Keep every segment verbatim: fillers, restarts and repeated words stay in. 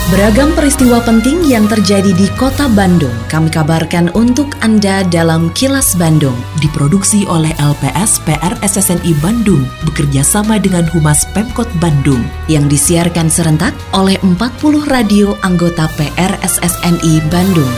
Beragam peristiwa penting yang terjadi di Kota Bandung kami kabarkan untuk Anda dalam Kilas Bandung. Diproduksi oleh L P S P R S S N I Bandung bekerja sama dengan Humas Pemkot Bandung yang disiarkan serentak oleh empat puluh radio anggota P R S S N I Bandung.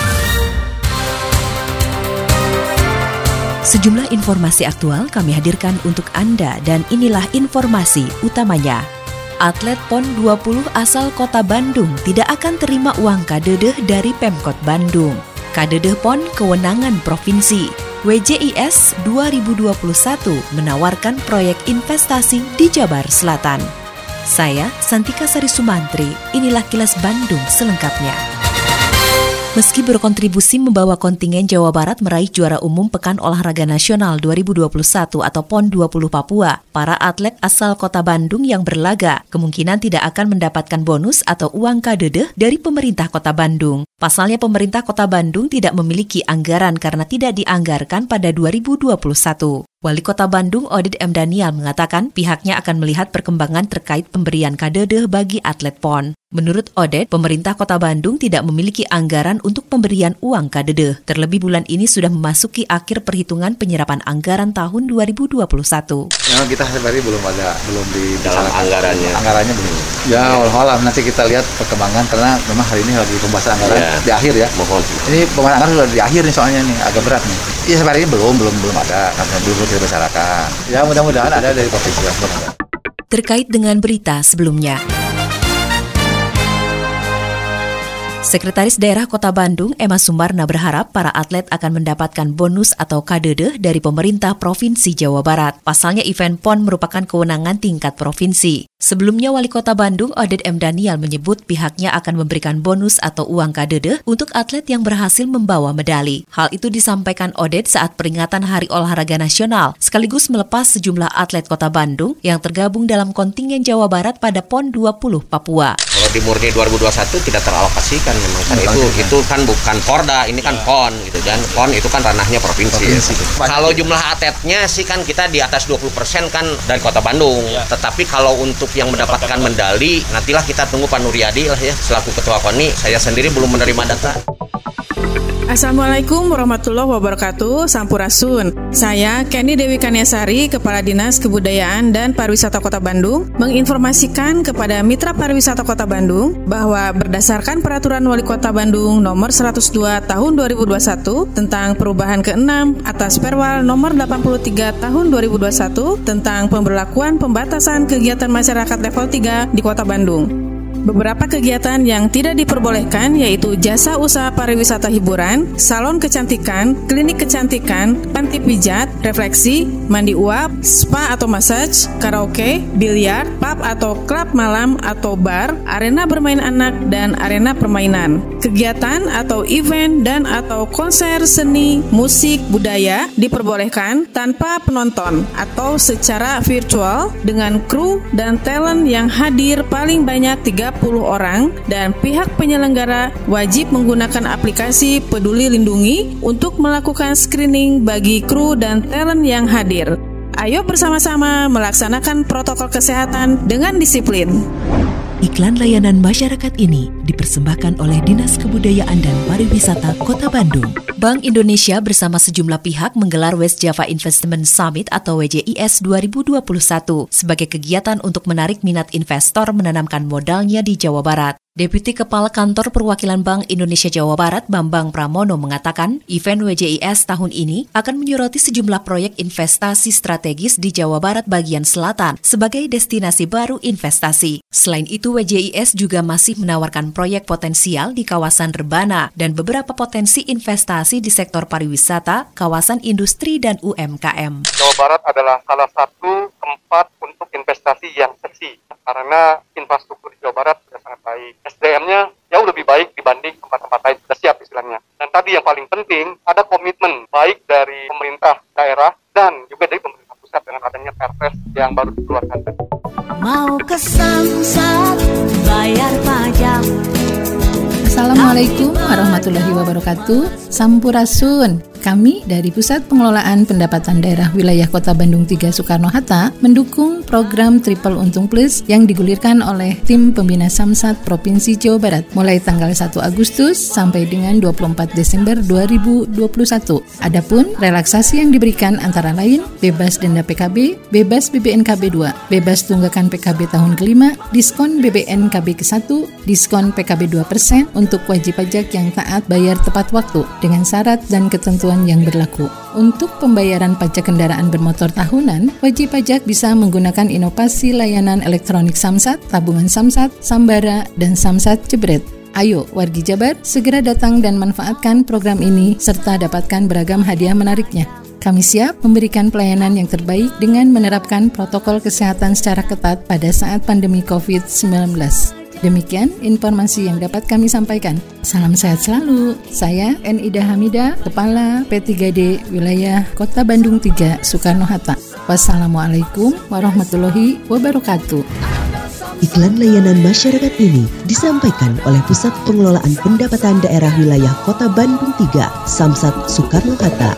Sejumlah informasi aktual kami hadirkan untuk Anda dan inilah informasi utamanya. Atlet P O N dua puluh asal Kota Bandung tidak akan terima uang kadedeh dari Pemkot Bandung. Kadedeh P O N kewenangan provinsi. W J I S dua ribu dua puluh satu menawarkan proyek investasi di Jabar Selatan. Saya Santika Sari Sumantri, inilah Kilas Bandung selengkapnya. Meski berkontribusi membawa kontingen Jawa Barat meraih juara umum Pekan Olahraga Nasional dua ribu dua puluh satu atau P O N dua puluh Papua, para atlet asal Kota Bandung yang berlaga kemungkinan tidak akan mendapatkan bonus atau uang kadedeh dari pemerintah Kota Bandung. Pasalnya pemerintah Kota Bandung tidak memiliki anggaran karena tidak dianggarkan pada dua ribu dua puluh satu. Wali Kota Bandung Oded M. Daniel mengatakan pihaknya akan melihat perkembangan terkait pemberian kadedeh bagi atlet P O N. Menurut Oded, pemerintah Kota Bandung tidak memiliki anggaran untuk pemberian uang kadedeh. Terlebih bulan ini sudah memasuki akhir perhitungan penyerapan anggaran tahun dua ribu dua puluh satu. Memang kita hari belum ada, belum di dalam anggarannya. Anggarannya belum. Ya, walau nanti kita lihat perkembangan karena memang hari ini lagi pembahasan anggaran ya, di akhir ya. Mohon. Ini pembahasan anggaran sudah di akhir nih soalnya nih, agak berat nih. Iya, sampai hari ini belum, belum, belum ada, karena belum dibicarakan. Ya, mudah-mudahan ada dari provinsi. Terkait dengan berita sebelumnya. Sekretaris Daerah Kota Bandung, Emma Sumbarna berharap para atlet akan mendapatkan bonus atau kadedeh dari pemerintah Provinsi Jawa Barat. Pasalnya event P O N merupakan kewenangan tingkat provinsi. Sebelumnya Wali Kota Bandung, Oded M. Daniel menyebut pihaknya akan memberikan bonus atau uang kadedeh untuk atlet yang berhasil membawa medali. Hal itu disampaikan Oded saat peringatan Hari Olahraga Nasional, sekaligus melepas sejumlah atlet Kota Bandung yang tergabung dalam kontingen Jawa Barat pada P O N dua puluh Papua. Kalau di Murni dua ribu dua puluh satu tidak teralokasikan memang kan itu kan. Itu kan bukan Porda, ini kan P O N gitu kan. P O N itu kan ranahnya provinsi. provinsi. Kalau jumlah atletnya sih kan kita di atas dua puluh persen kan dari Kota Bandung. Ya. Tetapi kalau untuk yang mendapatkan medali, nantilah kita tunggu Pak Nuryadi lah ya selaku Ketua K O N I. Saya sendiri belum menerima data. Assalamualaikum warahmatullahi wabarakatuh, Sampurasun. Saya Kenny Dewi Kaniasari, Kepala Dinas Kebudayaan dan Pariwisata Kota Bandung, menginformasikan kepada Mitra Pariwisata Kota Bandung bahwa berdasarkan Peraturan Wali Kota Bandung Nomor seratus dua Tahun dua ribu dua puluh satu tentang perubahan keenam atas Perwal Nomor delapan puluh tiga Tahun dua ribu dua puluh satu tentang pemberlakuan pembatasan kegiatan masyarakat level tiga di Kota Bandung. Beberapa kegiatan yang tidak diperbolehkan yaitu jasa usaha pariwisata hiburan, salon kecantikan, klinik kecantikan, panti pijat, refleksi, mandi uap, spa atau massage, karaoke, biliar, pub atau klub malam atau bar, arena bermain anak, dan arena permainan. Kegiatan atau event dan atau konser seni, musik, budaya diperbolehkan tanpa penonton atau secara virtual dengan kru dan talent yang hadir paling banyak tiga puluh orang dan pihak penyelenggara wajib menggunakan aplikasi Peduli Lindungi untuk melakukan screening bagi kru dan talent yang hadir. Ayo bersama-sama melaksanakan protokol kesehatan dengan disiplin. Iklan layanan masyarakat ini dipersembahkan oleh Dinas Kebudayaan dan Pariwisata Kota Bandung. Bank Indonesia bersama sejumlah pihak menggelar West Java Investment Summit atau W J I S dua ribu dua puluh satu sebagai kegiatan untuk menarik minat investor menanamkan modalnya di Jawa Barat. Deputi Kepala Kantor Perwakilan Bank Indonesia Jawa Barat Bambang Pramono mengatakan, event W J I S tahun ini akan menyoroti sejumlah proyek investasi strategis di Jawa Barat bagian selatan sebagai destinasi baru investasi. Selain itu, W J I S juga masih menawarkan proyek potensial di kawasan Rebana dan beberapa potensi investasi di sektor pariwisata, kawasan industri, dan U M K M. Jawa Barat adalah salah satu tempat untuk investasi yang seksi karena infrastruktur di Jawa Barat sudah sangat baik. S D M-nya jauh lebih baik dibanding tempat-tempat lain, sudah siap istilahnya. Dan tadi yang paling penting, ada komitmen baik dari pemerintah daerah dan juga dari pemerintah pusat dengan adanya Perpres yang baru dikeluarkan. Mau ke Samsat, bayar pajak. Assalamualaikum warahmatullahi wabarakatuh. Sampurasun. Kami dari Pusat Pengelolaan Pendapatan Daerah Wilayah Kota Bandung tiga Soekarno-Hatta mendukung program Triple Untung Plus yang digulirkan oleh tim pembina Samsat Provinsi Jawa Barat mulai tanggal satu Agustus sampai dengan dua puluh empat Desember dua ribu dua puluh satu. Adapun relaksasi yang diberikan antara lain bebas denda P K B, bebas B B N K B dua, bebas tunggakan P K B tahun kelima, diskon B B N K B ke satu, diskon P K B dua persen untuk wajib pajak yang taat bayar tepat waktu dengan syarat dan ketentuan yang berlaku. Untuk pembayaran pajak kendaraan bermotor tahunan, wajib pajak bisa menggunakan inovasi layanan elektronik Samsat, tabungan Samsat, Sambara, dan Samsat Jebret. Ayo, wargi Jabar, segera datang dan manfaatkan program ini serta dapatkan beragam hadiah menariknya. Kami siap memberikan pelayanan yang terbaik dengan menerapkan protokol kesehatan secara ketat pada saat pandemi covid sembilan belas. Demikian informasi yang dapat kami sampaikan. Salam sehat selalu. Saya N Ida Hamida, Kepala P tiga D Wilayah Kota Bandung tiga Soekarno-Hatta. Wassalamualaikum warahmatullahi wabarakatuh. Iklan layanan masyarakat ini disampaikan oleh Pusat Pengelolaan Pendapatan Daerah Wilayah Kota Bandung tiga, Samsat Soekarno-Hatta.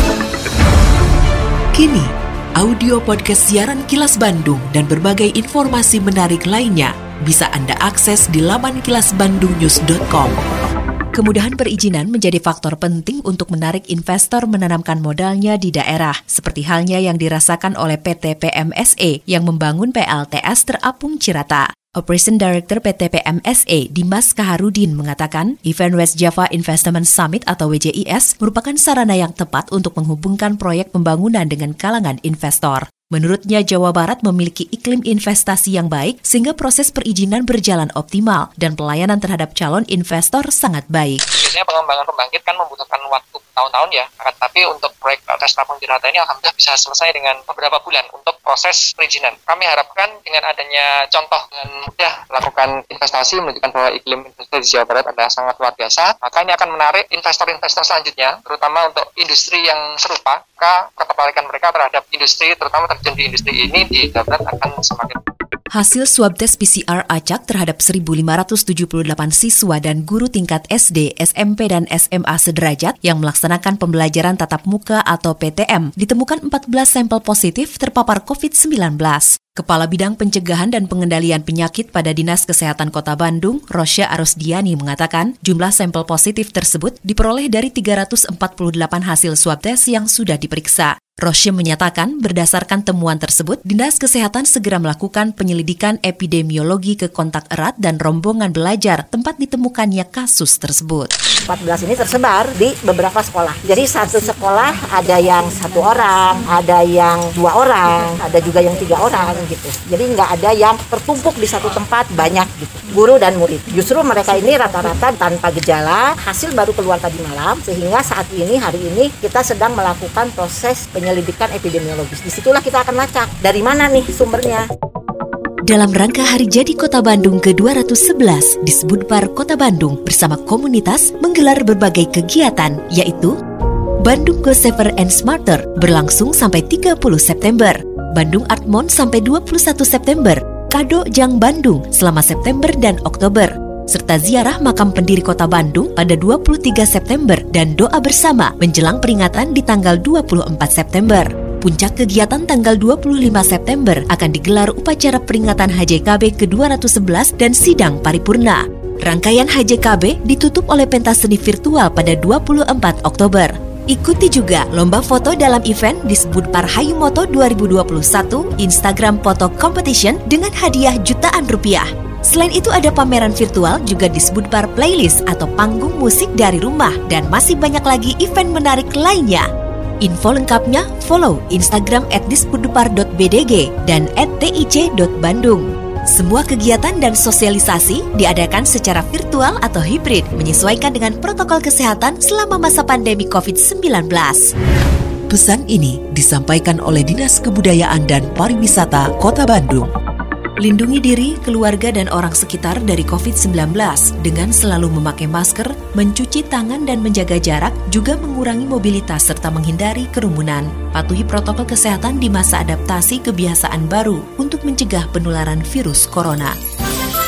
Kini, audio podcast siaran Kilas Bandung dan berbagai informasi menarik lainnya bisa Anda akses di laman kilas bandung news dot com. Kemudahan perizinan menjadi faktor penting untuk menarik investor menanamkan modalnya di daerah, seperti halnya yang dirasakan oleh P T P M S E yang membangun P L T S terapung Cirata. Operation Director P T P M S E Dimas Kaharudin mengatakan, Event West Java Investment Summit atau W J I S merupakan sarana yang tepat untuk menghubungkan proyek pembangunan dengan kalangan investor. Menurutnya, Jawa Barat memiliki iklim investasi yang baik sehingga proses perizinan berjalan optimal dan pelayanan terhadap calon investor sangat baik. Biasanya pengembangan pembangkit kan membutuhkan waktu tahun-tahun ya, tapi untuk proyek tes tabung Cirata ini alhamdulillah bisa selesai dengan beberapa bulan untuk proses perizinan. Kami harapkan dengan adanya contoh dan mudah melakukan investasi menunjukkan bahwa iklim investasi di Jawa Barat adalah sangat luar biasa, maka ini akan menarik investor-investor selanjutnya, terutama untuk industri yang serupa, maka ketertarikan mereka terhadap industri, terutama terjun di industri ini di Jawa Barat akan semakin. Hasil swab tes P C R acak terhadap seribu lima ratus tujuh puluh delapan siswa dan guru tingkat S D, S M P, dan S M A sederajat yang melaksanakan pembelajaran tatap muka atau P T M ditemukan empat belas sampel positif terpapar covid sembilan belas. Kepala Bidang Pencegahan dan Pengendalian Penyakit pada Dinas Kesehatan Kota Bandung, Rosya Arusdiani mengatakan, jumlah sampel positif tersebut diperoleh dari tiga ratus empat puluh delapan hasil swab tes yang sudah diperiksa. Rosya menyatakan berdasarkan temuan tersebut, Dinas Kesehatan segera melakukan penyelidikan epidemiologi ke kontak erat dan rombongan belajar tempat ditemukannya kasus tersebut. empat belas ini tersebar di beberapa sekolah. Jadi satu sekolah ada yang satu orang, ada yang dua orang, ada juga yang tiga orang gitu. Jadi nggak ada yang tertumpuk di satu tempat banyak gitu. Guru dan murid. Justru mereka ini rata-rata tanpa gejala, hasil baru keluar tadi malam, sehingga saat ini, hari ini kita sedang melakukan proses penyelidikan epidemiologis. Disitulah kita akan lacak dari mana nih sumbernya. Dalam rangka Hari Jadi Kota Bandung ke dua ratus sebelas, Disbudpar Kota Bandung bersama komunitas menggelar berbagai kegiatan, yaitu Bandung Go Safer and Smarter berlangsung sampai tiga puluh September, Bandung Art Month sampai dua puluh satu September, Kado Jang Bandung selama September dan Oktober, serta ziarah makam pendiri Kota Bandung pada dua puluh tiga September dan doa bersama menjelang peringatan di tanggal dua puluh empat September. Puncak kegiatan tanggal dua puluh lima September akan digelar upacara peringatan H J K B ke dua ratus sebelas dan sidang paripurna. Rangkaian H J K B ditutup oleh pentas seni virtual pada dua puluh empat Oktober. Ikuti juga lomba foto dalam event Disbudpar Hayumoto dua ribu dua puluh satu Instagram Photo Competition dengan hadiah jutaan rupiah. Selain itu ada pameran virtual juga Disbudpar Playlist atau panggung musik dari rumah dan masih banyak lagi event menarik lainnya. Info lengkapnya follow Instagram at disbudpar dot b d g dan at tic dot bandung. Semua kegiatan dan sosialisasi diadakan secara virtual atau hibrid menyesuaikan dengan protokol kesehatan selama masa pandemi covid sembilan belas. Pesan ini disampaikan oleh Dinas Kebudayaan dan Pariwisata Kota Bandung. Lindungi diri, keluarga, dan orang sekitar dari covid sembilan belas dengan selalu memakai masker, mencuci tangan dan menjaga jarak, juga mengurangi mobilitas serta menghindari kerumunan. Patuhi protokol kesehatan di masa adaptasi kebiasaan baru untuk mencegah penularan virus corona.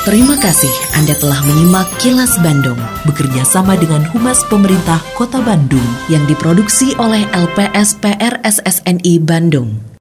Terima kasih Anda telah menyimak Kilas Bandung bekerja sama dengan Humas Pemerintah Kota Bandung yang diproduksi oleh L P S P R S S N I Bandung.